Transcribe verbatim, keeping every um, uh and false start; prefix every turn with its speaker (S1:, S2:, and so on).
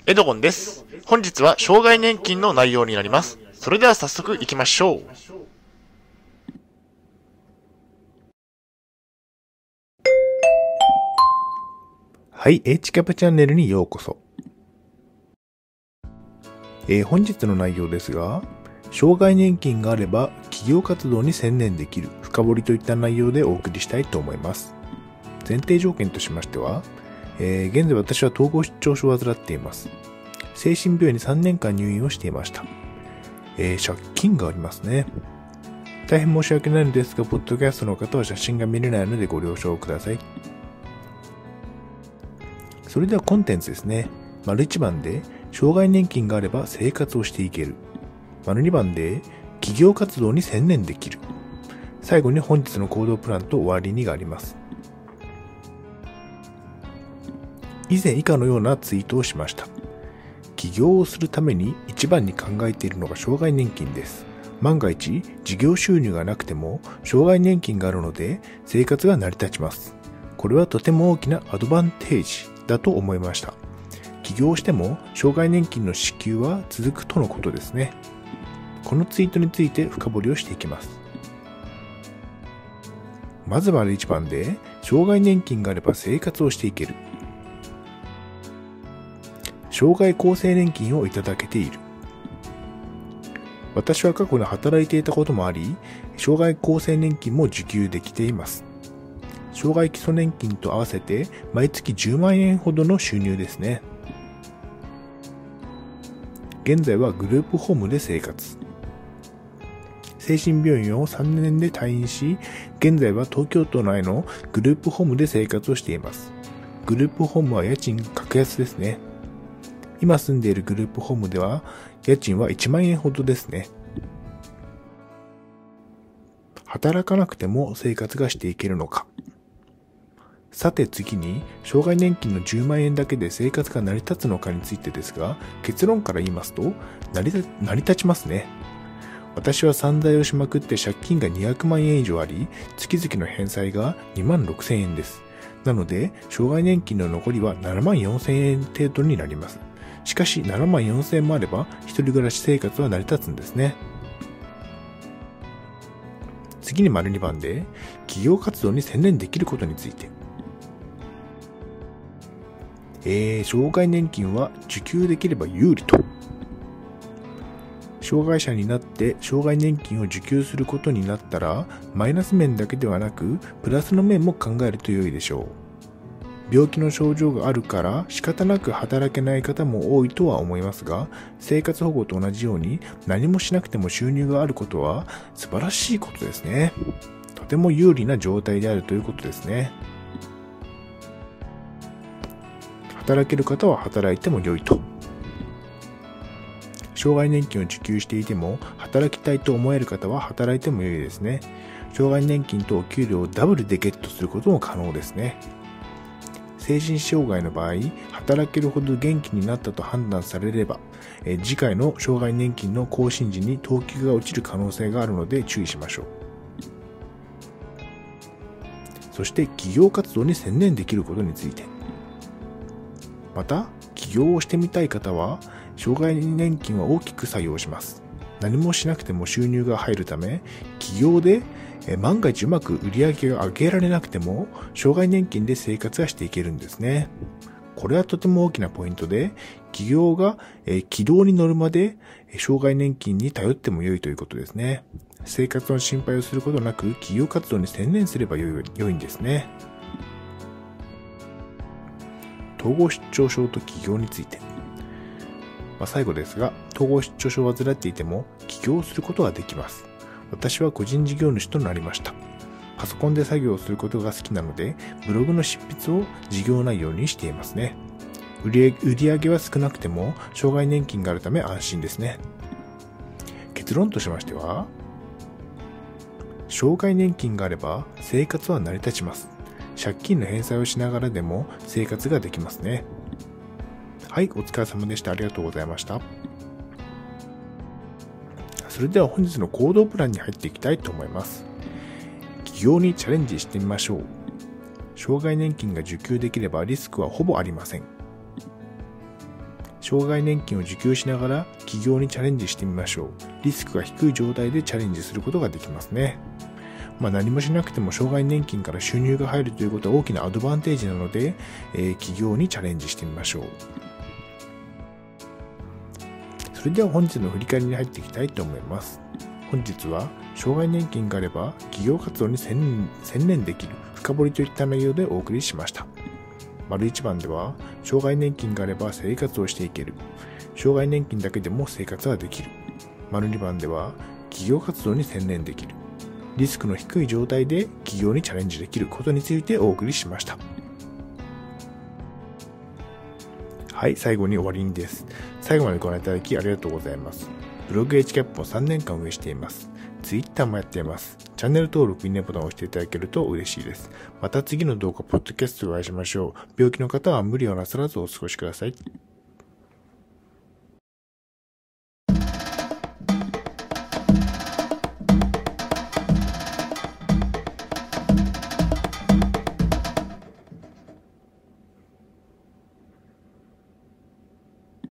S1: エドゴンです。本日は障害年金の内容になります。それでは早速行きましょう。
S2: はい、エイチキャプ チャンネルにようこそ。えー、本日の内容ですが、障害年金があれば企業活動に専念できる深掘りといった内容でお送りしたいと思います。前提条件としましては、えー、現在私は統合失調症を患っています。精神病院にさんねんかん入院をしていました。えー、借金がありますね。大変申し訳ないのですが、ポッドキャストの方は写真が見れないのでご了承ください。それではコンテンツですね。丸いちばんで、障害年金があれば生活をしていける。丸にばんで、企業活動に専念できる。最後に本日の行動プランと終わりにがあります。以前以下のようなツイートをしました。起業をするために一番に考えているのが障害年金です。万が一、事業収入がなくても、障害年金があるので、生活が成り立ちます。これはとても大きなアドバンテージだと思いました。起業しても、障害年金の支給は続くとのことですね。このツイートについて深掘りをしていきます。まず丸いちばんで、障害年金があれば生活をしていける。障害厚生年金をいただけている。私は過去に働いていたこともあり、障害厚生年金も受給できています。障害基礎年金と合わせて毎月じゅうまんえんほどの収入ですね。現在はグループホームで生活。精神病院をさんねんで退院し、現在は東京都内のグループホームで生活をしています。グループホームは家賃格安ですね。今住んでいるグループホームでは家賃はいちまんえんほどですね。働かなくても生活がしていけるのか。さて次に、障害年金のじゅうまんえんだけで生活が成り立つのかについてですが、結論から言いますと、成り立、成り立ちますね。私は散財をしまくって借金がにひゃくまんえん以上あり、月々の返済がにまんろくせんえんです。なので、障害年金の残りはななまんよんせんえん程度になります。しかしななまんよんせんえんもあれば一人暮らし生活は成り立つんですね。次に丸にばんで企業活動に専念できることについて、えー、障害年金は受給できれば有利と。障害者になって障害年金を受給することになったら、マイナス面だけではなくプラスの面も考えると良いでしょう。病気の症状があるから仕方なく働けない方も多いとは思いますが、生活保護と同じように何もしなくても収入があることは素晴らしいことですね。とても有利な状態であるということですね。働ける方は働いても良いと。障害年金を受給していても働きたいと思える方は働いても良いですね。障害年金とお給料をダブルでゲットすることも可能ですね。精神障害の場合、働けるほど元気になったと判断されれば、え次回の障害年金の更新時に等級が落ちる可能性があるので注意しましょう。そして企業活動に専念できることについて。また、起業をしてみたい方は、障害年金は大きく作用します。何もしなくても収入が入るため、起業で万が一うまく売り上げが上げられなくても、障害年金で生活がしていけるんですね。これはとても大きなポイントで、起業が軌道に乗るまで障害年金に頼っても良いということですね。生活の心配をすることなく、起業活動に専念すれば良い、良いんですね。統合失調症と起業について。まあ、最後ですが、統合失調症を患っていても起業することができます。私は個人事業主となりました。パソコンで作業をすることが好きなので、ブログの執筆を事業内容にしていますね。売り上げは少なくても、障害年金があるため安心ですね。結論としましては、障害年金があれば生活は成り立ちます。借金の返済をしながらでも生活ができますね。はい、お疲れ様でした。ありがとうございました。それでは本日の行動プランに入っていきたいと思います。起業にチャレンジしてみましょう。障害年金が受給できればリスクはほぼありません。 障害年金を受給しながら起業にチャレンジしてみましょう。リスクが低い状態でチャレンジすることができますね。まあ、何もしなくても障害年金から収入が入るということは大きなアドバンテージなので、えー、起業にチャレンジしてみましょう。それでは本日の振り返りに入っていきたいと思います。本日は障害年金があれば企業活動に専念できる深掘りといった内容でお送りしました。丸いちばんでは障害年金があれば生活をしていける。障害年金だけでも生活はできる。丸にばんでは企業活動に専念できる。リスクの低い状態で起業にチャレンジできることについてお送りしました。はい、最後に終わりにです。最後までご覧いただきありがとうございます。ブログ エイチキャップ をさんねんかん運営しています。Twitter もやっています。チャンネル登録、いいねボタンを押していただけると嬉しいです。また次の動画、ポッドキャストでお会いしましょう。病気の方は無理をなさらずお過ごしください。